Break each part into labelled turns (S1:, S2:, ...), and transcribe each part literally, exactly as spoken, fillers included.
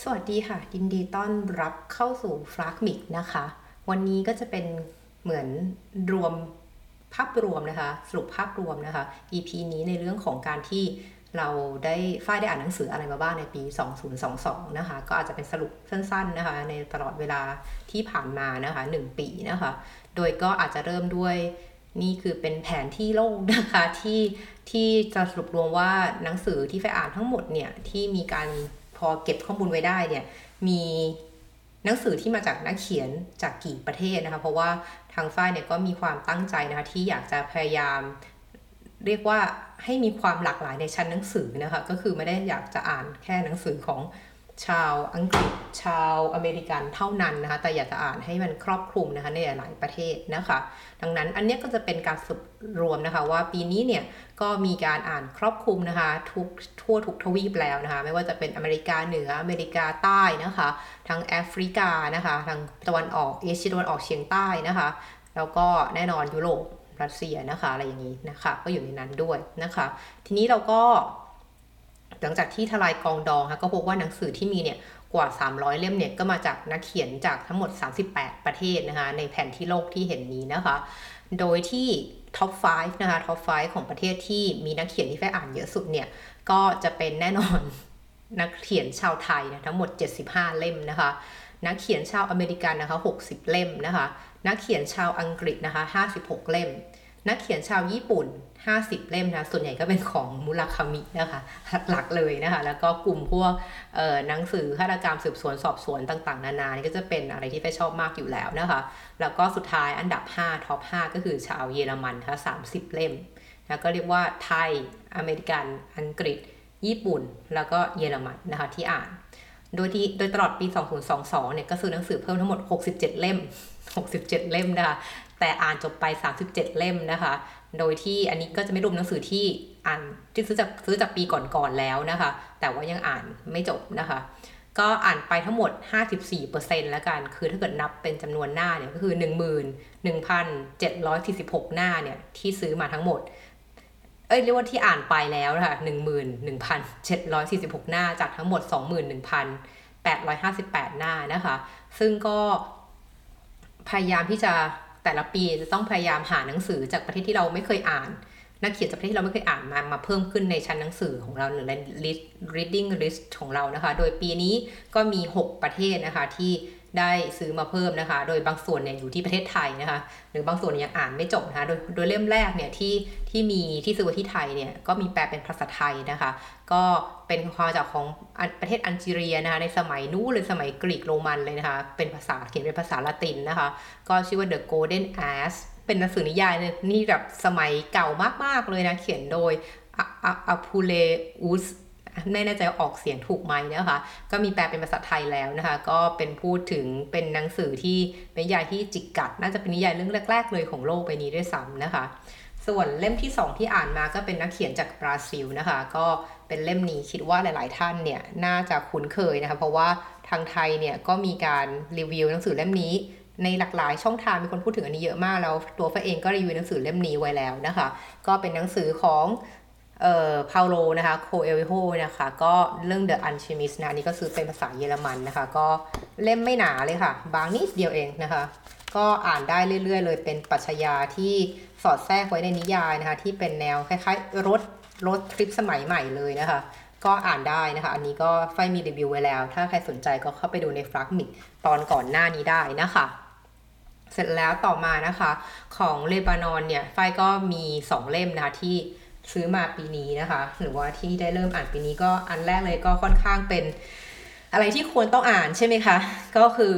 S1: วัสดีค่ะยินดีต้อนรับเข้าสู่ เอฟ เอ เอ เอ็ม ไอ ซี นะคะวันนี้ก็จะเป็นเหมือนรวมภาพรวมนะคะสรุปภาพรวมนะคะ อี พี นี้ในเรื่องของการที่เราได้ฝ้ายได้อ่านหนังสืออะไรมาบ้างในปีสองพันยี่สิบสองนะคะก็อาจจะเป็นสรุปสั้นๆนะคะในตลอดเวลาที่ผ่านมานะคะหนึ่งปีนะคะโดยก็อาจจะเริ่มด้วยนี่คือเป็นแผนที่โลกนะคะที่ที่จะสรุปรวมว่าหนังสือที่ฝ้ายอ่านทั้งหมดเนี่ยที่มีการพอเก็บข้อมูลไว้ได้เนี่ยมีหนังสือที่มาจากนักเขียนจากกี่ประเทศนะคะเพราะว่าทางฝ้ายเนี่ยก็มีความตั้งใจนะคะที่อยากจะพยายามเรียกว่าให้มีความหลากหลายในชั้นหนังสือนะคะก็คือไม่ได้อยากจะอ่านแค่หนังสือของชาวอังกฤษชาวอเมริกันเท่านั้นนะคะแต่อยากจะอ่านให้มันครอบคลุมนะคะในหลายประเทศนะคะดังนั้นอันนี้ก็จะเป็นการสรุปรวมนะคะว่าปีนี้เนี่ยก็มีการอ่านครอบคลุมนะคะทุกทั่วทุกทวีปแล้วนะคะไม่ว่าจะเป็นอเมริกาเหนืออเมริกาใต้นะคะทั้งแอฟริกานะคะทางตะวันออกเอเชียตะวันออกเฉียงใต้นะคะแล้วก็แน่นอนยุโรปรัสเซียนะคะอะไรอย่างนี้นะคะก็อยู่ในนั้นด้วยนะคะทีนี้เราก็หลังจากที่ทลายกองดองค่ะก็พบว่าหนังสือที่มีเนี่ยกว่าสามร้อยเล่มเนี่ยก็มาจากนักเขียนจากทั้งหมดสามสิบแปดประเทศนะคะในแผนที่โลกที่เห็นนี้นะคะโดยที่ท็อปห้านะคะท็อปห้าของประเทศที่มีนักเขียนที่แฟอ่านเยอะสุดเนี่ยก็จะเป็นแน่นอนนักเขียนชาวไทยนะทั้งหมดเจ็ดสิบห้าเล่มนะคะนักเขียนชาวอเมริกันนะคะหกสิบเล่มนะคะนักเขียนชาวอังกฤษนะคะห้าสิบหกเล่มนักเขียนชาวญี่ปุ่นห้าสิบเล่มนะส่วนใหญ่ก็เป็นของมุราคามินะคะหลักๆเลยนะคะแล้วก็กลุ่มพวกเอ่อหนังสือฆาตกรรมสืบสวนสอบสวนต่างๆนานานี่ก็จะเป็นอะไรที่ไฟชอบมากอยู่แล้วนะคะแล้วก็สุดท้ายอันดับห้าท็อปห้าก็คือชาวเยอรมันค่ะสามสิบเล่มแล้วก็เรียกว่าไทยอเมริกันอังกฤษญี่ปุ่นแล้วก็เยอรมันนะคะที่อ่านโดยที่โดยตลอดปีสองพันยี่สิบสองเนี่ยก็ซื้อหนังสือเพิ่มทั้งหมดหกสิบเจ็ดเล่มหกสิบเจ็ดเล่มนะคะแต่อ่านจบไปสามสิบเจ็ดเล่มนะคะโดยที่อันนี้ก็จะไม่รวมหนังสือที่อ่านที่ซื้อจากซื้อจากปีก่อนๆแล้วนะคะแต่ว่ายังอ่านไม่จบนะคะก็อ่านไปทั้งหมด ห้าสิบสี่เปอร์เซ็นต์ แล้วกันคือถ้าเกิดนับเป็นจำนวนหน้าเนี่ยก็คือ หนึ่งหมื่นหนึ่งพันเจ็ดร้อยสี่สิบหก หน้าเนี่ยที่ซื้อมาทั้งหมดเอ้ยเรียกว่าที่อ่านไปแล้วนะคะ หนึ่งหมื่นหนึ่งพันเจ็ดร้อยสี่สิบหก หน้าจากทั้งหมด สองหมื่นหนึ่งพันแปดร้อยห้าสิบแปด หน้านะคะซึ่งก็พยายามที่จะแต่ละปีจะต้องพยายามหาหนังสือจากประเทศที่เราไม่เคยอ่านนักเขียนจากประเทศที่เราไม่เคยอ่านมามาเพิ่มขึ้นในชั้นหนังสือของเราหรือใน list reading list ของเรานะคะโดยปีนี้ก็มีหกประเทศนะคะที่ได้ซื้อมาเพิ่มนะคะโดยบางส่วนเนี่ยอยู่ที่ประเทศไทยนะคะหรือบางส่วนยังอ่านไม่จบนะคะโดยโดยเล่มแรกเนี่ยที่ที่มีที่ซื้อที่ไทยเนี่ยก็มีแปลเป็นภาษาไทยนะคะก็เป็นความจากของประเทศอัลจีเรียนะคะในสมัยนู้นเลยสมัยกรีกโรมันเลยนะคะเป็นภาษาเขียนเป็นภาษาละตินนะคะก็ชื่อว่า The Golden Ass เป็นหนังสือนิยายนี่แบบสมัยเก่ามากๆเลยนะเขียนโดยอะพูเลอุสไม่แน่ใจออกเสียงถูกไหมนะคะก็มีแปลเป็นภาษาไทยแล้วนะคะก็เป็นพูดถึงเป็นหนังสือที่เป็นนิยายที่จิกกัดน่าจะเป็นนิยายเรื่องแรกๆเลยของโลกใบนี้ด้วยซ้ำนะคะส่วนเล่มที่สองที่อ่านมาก็เป็นนักเขียนจากบราซิลนะคะก็เป็นเล่มนี้คิดว่าหลายๆท่านเนี่ยน่าจะคุ้นเคยนะคะเพราะว่าทางไทยเนี่ยก็มีการรีวิวหนังสือเล่มนี้ในหลากหลายช่องทางมีคนพูดถึงอันนี้เยอะมากแล้วตัวฟ้าเองก็รีวิวหนังสือเล่มนี้ไว้แล้วนะคะก็เป็นหนังสือของเอ่อพาโลนะคะโคเอลโฮนะคะก็เรื่อง The Alchemist นะนี่ก็ซื้อเป็นภาษาเยอรมันนะคะก็เล่มไม่หนาเลยค่ะบางนิดเดียวเองนะคะก็อ่านได้เรื่อยๆเลยเป็นปรัชญาที่สอดแทรกไว้ในนิยายนะคะที่เป็นแนวคล้ายๆรถรถทริปสมัยใหม่เลยนะคะก็อ่านได้นะคะอันนี้ก็ไฟมีรีวิวไว้แล้วถ้าใครสนใจก็เข้าไปดูในฟลักมิกตอนก่อนหน้านี้ได้นะคะเสร็จแล้วต่อมานะคะของเลบานอนเนี่ยไฟก็มีสองเล่มนะคะที่ซื้อมาปีนี้นะคะหรือว่าที่ได้เริ่มอ่านปีนี้ก็อันแรกเลยก็ค่อนข้างเป็นอะไรที่ควรต้องอ่านใช่ไหมคะก็คือ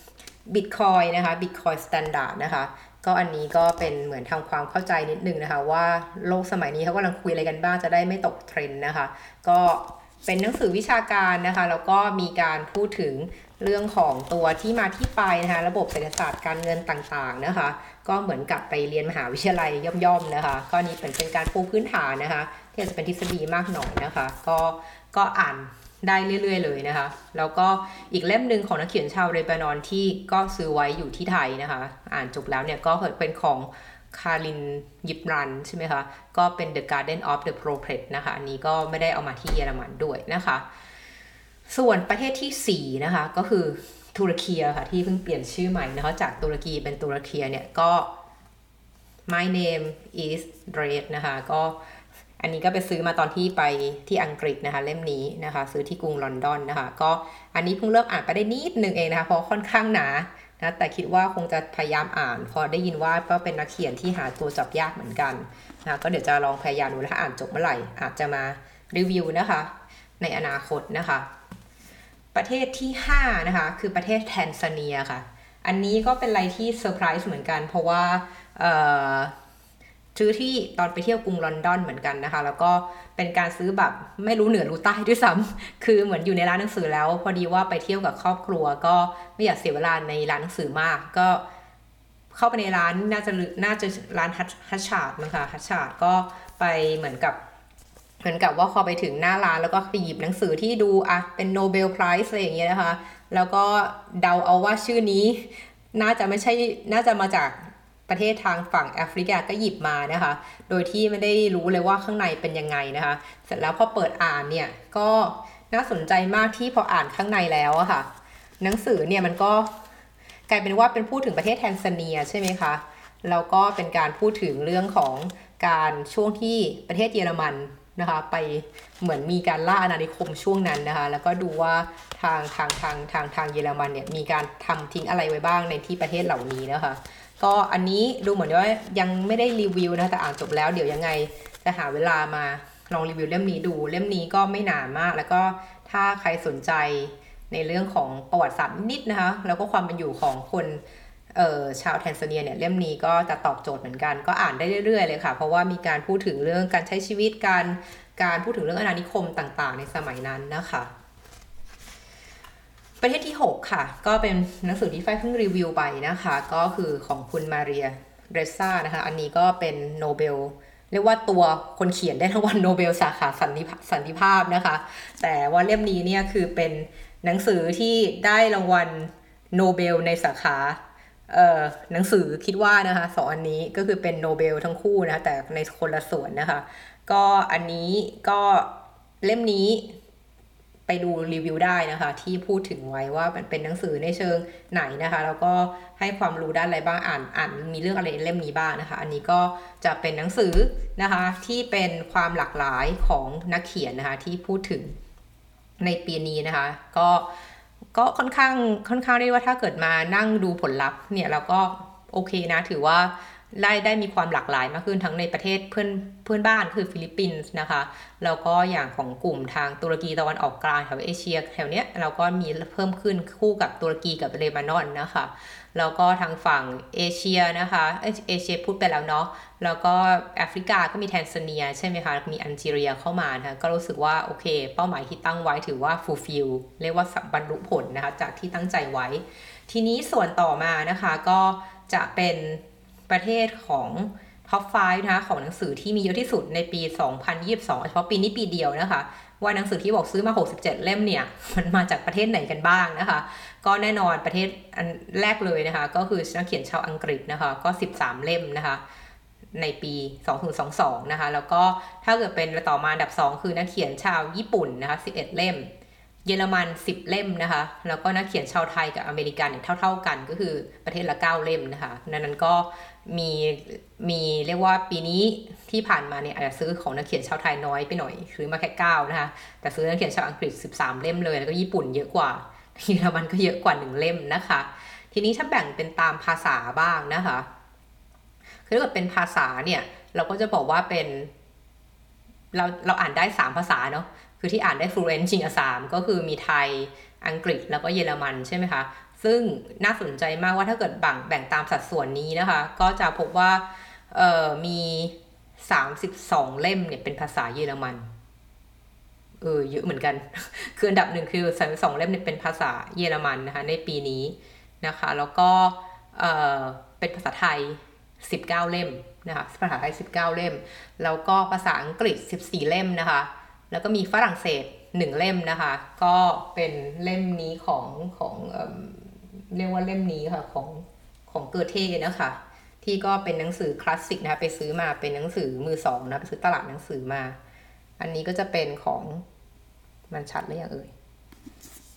S1: Bitcoin นะคะ Bitcoin Standard นะคะก็อันนี้ก็เป็นเหมือนทำความเข้าใจนิดนึงนะคะว่าโลกสมัยนี้เขากำลังคุยอะไรกันบ้างจะได้ไม่ตกเทรนด์นะคะก็เป็นหนังสือวิชาการนะคะแล้วก็มีการพูดถึงเรื่องของตัวที่มาที่ไปนะคะระบบเศรษฐศาสตร์การเงินต่างๆนะคะก็เหมือนกับไปเรียนมหาวิทยาลัยย่อมๆนะคะก็นี่เป็นเป็นการปูพื้นฐานนะคะที่อาจจะเป็นทฤษฎีมากหน่อยนะคะก็ก็อ่านได้เรื่อยๆเลยนะคะแล้วก็อีกเล่มหนึ่งของนักเขียนชาวเลบานอนที่ก็ซื้อไว้อยู่ที่ไทยนะคะอ่านจบแล้วเนี่ยก็เป็นของคารินยิบรันใช่ไหมคะก็เป็น The Garden of the Prophet นะคะอันนี้ก็ไม่ได้เอามาที่เยอรมันด้วยนะคะส่วนประเทศที่สี่นะคะก็คือตุรกีค่ะที่เพิ่งเปลี่ยนชื่อใหม่นะคะจากตุรกีเป็นตุรกีเนี่ยก็ My name is Red นะคะก็อันนี้ก็ไปซื้อมาตอนที่ไปที่อังกฤษนะคะเล่มนี้นะคะซื้อที่กรุงลอนดอนนะคะก็อันนี้เพิ่งเริ่มอ่านไปได้นิดนึงเองนะคะเพราะค่อนข้างหนานะแต่คิดว่าคงจะพยายามอ่านพอได้ยินว่าก็เป็นนักเขียนที่หาตัวจับยากเหมือนกันนะก็เดี๋ยวจะลองพยายามดูถ้าอ่านจบเมื่อไหร่อาจจะมารีวิวนะคะในอนาคตนะคะประเทศที่ห้านะคะคือประเทศแทนซาเนียค่ะอันนี้ก็เป็นอะไรที่เซอร์ไพรส์เหมือนกันเพราะว่าซื้อที่ตอนไปเที่ยวกรุงลอนดอนเหมือนกันนะคะแล้วก็เป็นการซื้อแบบไม่รู้เหนือรู้ใต้ด้วยซ้ำคือเหมือนอยู่ในร้านหนังสือแล้วพอดีว่าไปเที่ยวกับครอบครัวก็ไม่อยากเสียเวลาในร้านหนังสือมากก็เข้าไปในร้านน่าจะน่าจะร้านฮัชชาร์ดนะคะฮัชชาร์ดก็ไปเหมือนกับเหมือนกับว่าพอไปถึงหน้าร้านแล้วก็ไปหยิบหนังสือที่ดูอ่ะเป็นโนเบลไพรส์อะไรอย่างเงี้ยนะคะแล้วก็เดาเอาว่าชื่อนี้น่าจะไม่ใช่น่าจะมาจากประเทศทางฝั่งแอฟริกาก็หยิบมานะคะโดยที่ไม่ได้รู้เลยว่าข้างในเป็นยังไงนะคะเสร็จแล้วพอเปิดอ่านเนี่ยก็น่าสนใจมากที่พออ่านข้างในแล้วอะค่ะหนังสือเนี่ยมันก็กลายเป็นว่าเป็นพูดถึงประเทศแทนซาเนียใช่ไหมคะแล้วก็เป็นการพูดถึงเรื่องของการช่วงที่ประเทศเยอรมันนะคะไปเหมือนมีการล่าอาณานิคมช่วงนั้นนะคะแล้วก็ดูว่าทางทางทางทางทางเยอรมันเนี่ยมีการทำทิ้งอะไรไว้บ้างในที่ประเทศเหล่านี้นะคะก็อันนี้ดูเหมือนว่ายังไม่ได้รีวิวนะแต่อ่านจบแล้วเดี๋ยวยังไงจะหาเวลามาลองรีวิวเล่มนี้ดูเล่มนี้ก็ไม่หนามากแล้วก็ถ้าใครสนใจในเรื่องของประวัติศาสตร์นิดนะคะแล้วก็ความเป็นอยู่ของคนเอ่อชาวแทนซาเนียเนี่ยเล่มนี้ก็จะตอบโจทย์เหมือนกันก็อ่านได้เรื่อยๆเลยค่ะเพราะว่ามีการพูดถึงเรื่องการใช้ชีวิตการการพูดถึงเรื่องอาณานิคมต่างๆในสมัยนั้นนะคะประเทศที่หกค่ะก็เป็นหนังสือที่ฝ้ายเพิ่งรีวิวไปนะคะก็คือของคุณมาเรียเรซ่านะคะอันนี้ก็เป็นโนเบลเรียกว่าตัวคนเขียนได้รางวัลโนเบลสาขาสันติสันติภาพนะคะแต่ว่าเล่มนี้เนี่ยคือเป็นหนังสือที่ได้รางวัลโนเบลในสาขาเอ่อหนังสือคิดว่านะคะสองอันนี้ก็คือเป็นโนเบลทั้งคู่นะคะแต่ในคนละส่วนนะคะก็อันนี้ก็เล่มนี้ไปดูรีวิวได้นะคะที่พูดถึงไว้ว่ามันเป็นหนังสือในเชิงไหนนะคะแล้วก็ให้ความรู้ด้านอะไรบ้างอ่านอ่านมีเรื่องอะไรเล่มนี้บ้างนะคะอันนี้ก็จะเป็นหนังสือนะคะที่เป็นความหลากหลายของนักเขียนนะคะที่พูดถึงในปีนี้นะคะก็ก็ค่อนข้างค่อนข้างได้ว่าถ้าเกิดมานั่งดูผลลัพธ์เนี่ยเราก็โอเคนะถือว่าได้ได้มีความหลากหลายมากขึ้นทั้งในประเทศเพื่อนเพื่อนบ้านคือฟิลิปปินส์นะคะแล้วก็อย่างของกลุ่มทางตุรกีตะวันออกกลางแถวเอเชียแถวเนี้ยเราก็มีเพิ่มขึ้นคู่กับตุรกีกับเลบานอนนะคะแล้วก็ทางฝั่งเอเชียนะคะเอเชียพูดไปแล้วเนาะแล้วก็แอฟริกาก็มีแทนซาเนียใช่ไหมคะมีอัลจีเรียเข้ามานะคะก็รู้สึกว่าโอเคเป้าหมายที่ตั้งไว้ถือว่า fulfill เรียกว่าบรรลุผลนะคะจากที่ตั้งใจไว้ทีนี้ส่วนต่อมานะคะก็จะเป็นประเทศของท็อปไฟว์นะคะของหนังสือที่มีเยอะที่สุดในปีสองพันยี่สิบสองเฉพาะปีนี้ปีเดียวนะคะว่าหนังสือที่บอกซื้อมาหกสิบเจ็ดเล่มเนี่ยมันมาจากประเทศไหนกันบ้างนะคะก็แน่นอนประเทศอันแรกเลยนะคะก็คือนักเขียนชาวอังกฤษนะคะก็สิบสามเล่มนะคะในปีสองพันยี่สิบสองนะคะแล้วก็ถ้าเกิดเป็นต่อมาอันดับสองคือนักเขียนชาวญี่ปุ่นนะคะสิบเอ็ดเล่มเยอรมันสิบเล่มนะคะแล้วก็นักเขียนชาวไทยกับอเมริกันเนี่ยเท่าๆกันก็คือประเทศละเก้าเล่มนะคะนั้นก็มีมีเรียกว่าปีนี้ที่ผ่านมาเนี่ยอาจจะซื้อของนักเขียนชาวไทยน้อยไปหน่อยซื้อมาแค่เก้านะคะแต่ซื้อนักเขียนชาวอังกฤษสิบสามเล่มเลยแล้วก็ญี่ปุ่นเยอะกว่าเยอรมันก็เยอะกว่าหนึ่งเล่มนะคะทีนี้ถ้าแบ่งเป็นตามภาษาบ้างนะคะคือถ้าเกิดเป็นภาษาเนี่ยเราก็จะบอกว่าเป็นเราเราอ่านได้สามภาษาเนาะคือที่อ่านได้ fluent จริงอ่ะสามก็คือมีไทยอังกฤษแล้วก็เยอรมันใช่ไหมคะซึ่งน่าสนใจมากว่าถ้าเกิดแบ่งแบ่งตามสัดส่วนนี้นะคะก็จะพบว่าเอ่อมีสามสิบสองเล่มเนี่ยเป็นภาษาเยอรมันเออเยอะเหมือนกันคืออันดับหนึ่งคือสามสิบสองเล่มเนี่ยเป็นภาษาเยอรมันนะคะในปีนี้นะคะแล้วก็เอ่อเป็นภาษาไทยสิบเก้าเล่มนะคะภาษาไทยสิบเก้าเล่มแล้วก็ภาษาอังกฤษสิบสี่เล่มนะคะแล้วก็มีฝรั่งเศสหนึ่งเล่มนะคะก็เป็นเล่มนี้ของของเอ่อเรียกว่าเล่มนี้ค่ะของของเกอเท่นะคะที่ก็เป็นหนังสือคลาสสิกนะคะไปซื้อมาเป็นหนังสือมือสองนะไปซื้อตลาดหนังสือมาอันนี้ก็จะเป็นของมันชัดหรือยังเอ่ย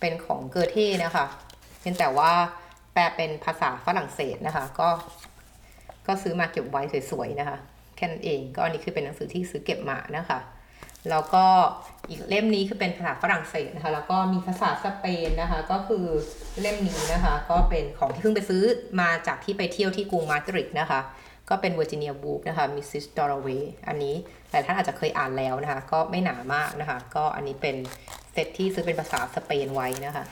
S1: เป็นของเกอเท่นะคะเพียงแต่ว่าแปลเป็นภาษาฝรั่งเศสนะคะก็ก็ซื้อมาเก็บไว้สวยๆนะคะแค่นั้นเองก็อันนี้คือเป็นหนังสือที่ซื้อเก็บมานะคะแล้วก็อีกเล่มนี้คือเป็นภาษาฝรั่งเศสนะคะแล้วก็มีภาษาสเปนนะคะก็คือเล่มนี้นะคะก็เป็นของที่เพิ่งไปซื้อมาจากที่ไปเที่ยวที่กรุงมาดริดนะคะก็เป็นเวอร์จิเนียวูฟนะคะมิสซิสดอร์เวย์อันนี้หลายท่านอาจจะเคยอ่านแล้วนะคะก็ไม่หนามากนะคะก็อันนี้เป็นเซตที่ซื้อเป็นภาษาสเปนไว้นะคะ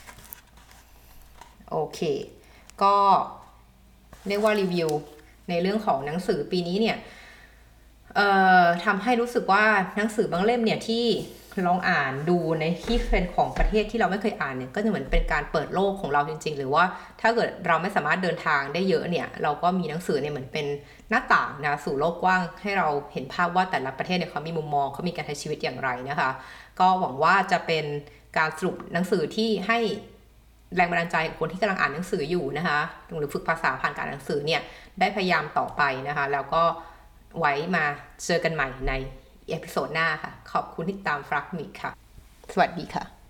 S1: โอเคก็เรียกว่ารีวิวในเรื่องของหนังสือปีนี้เนี่ยเอ่อทำให้รู้สึกว่าหนังสือบางเล่มเนี่ยที่ลองอ่านดูในที่เป็นของประเทศที่เราไม่เคยอ่านเนี่ยก็จะเหมือนเป็นการเปิดโลกของเราจริงๆหรือว่าถ้าเกิดเราไม่สามารถเดินทางได้เยอะเนี่ยเราก็มีหนังสือเนี่ยเหมือนเป็นหน้าต่างนะสู่โลกกว้างให้เราเห็นภาพว่าแต่ละประเทศเนี่ยเขามีมุมมองเขามีการใช้ชีวิตอย่างไรนะคะก็หวังว่าจะเป็นการสรุปหนังสือที่ให้แรงบันดาลใจกับคนที่กำลังอ่านหนังสืออยู่นะคะหรือฝึกภาษาผ่านการอ่านหนังสือเนี่ยได้พยายามต่อไปนะคะแล้วก็ไว้มาเจอกันใหม่ในเอพิโซดหน้าค่ะขอบคุณที่ตามฟรักมิกค่ะสวัสดีค่ะ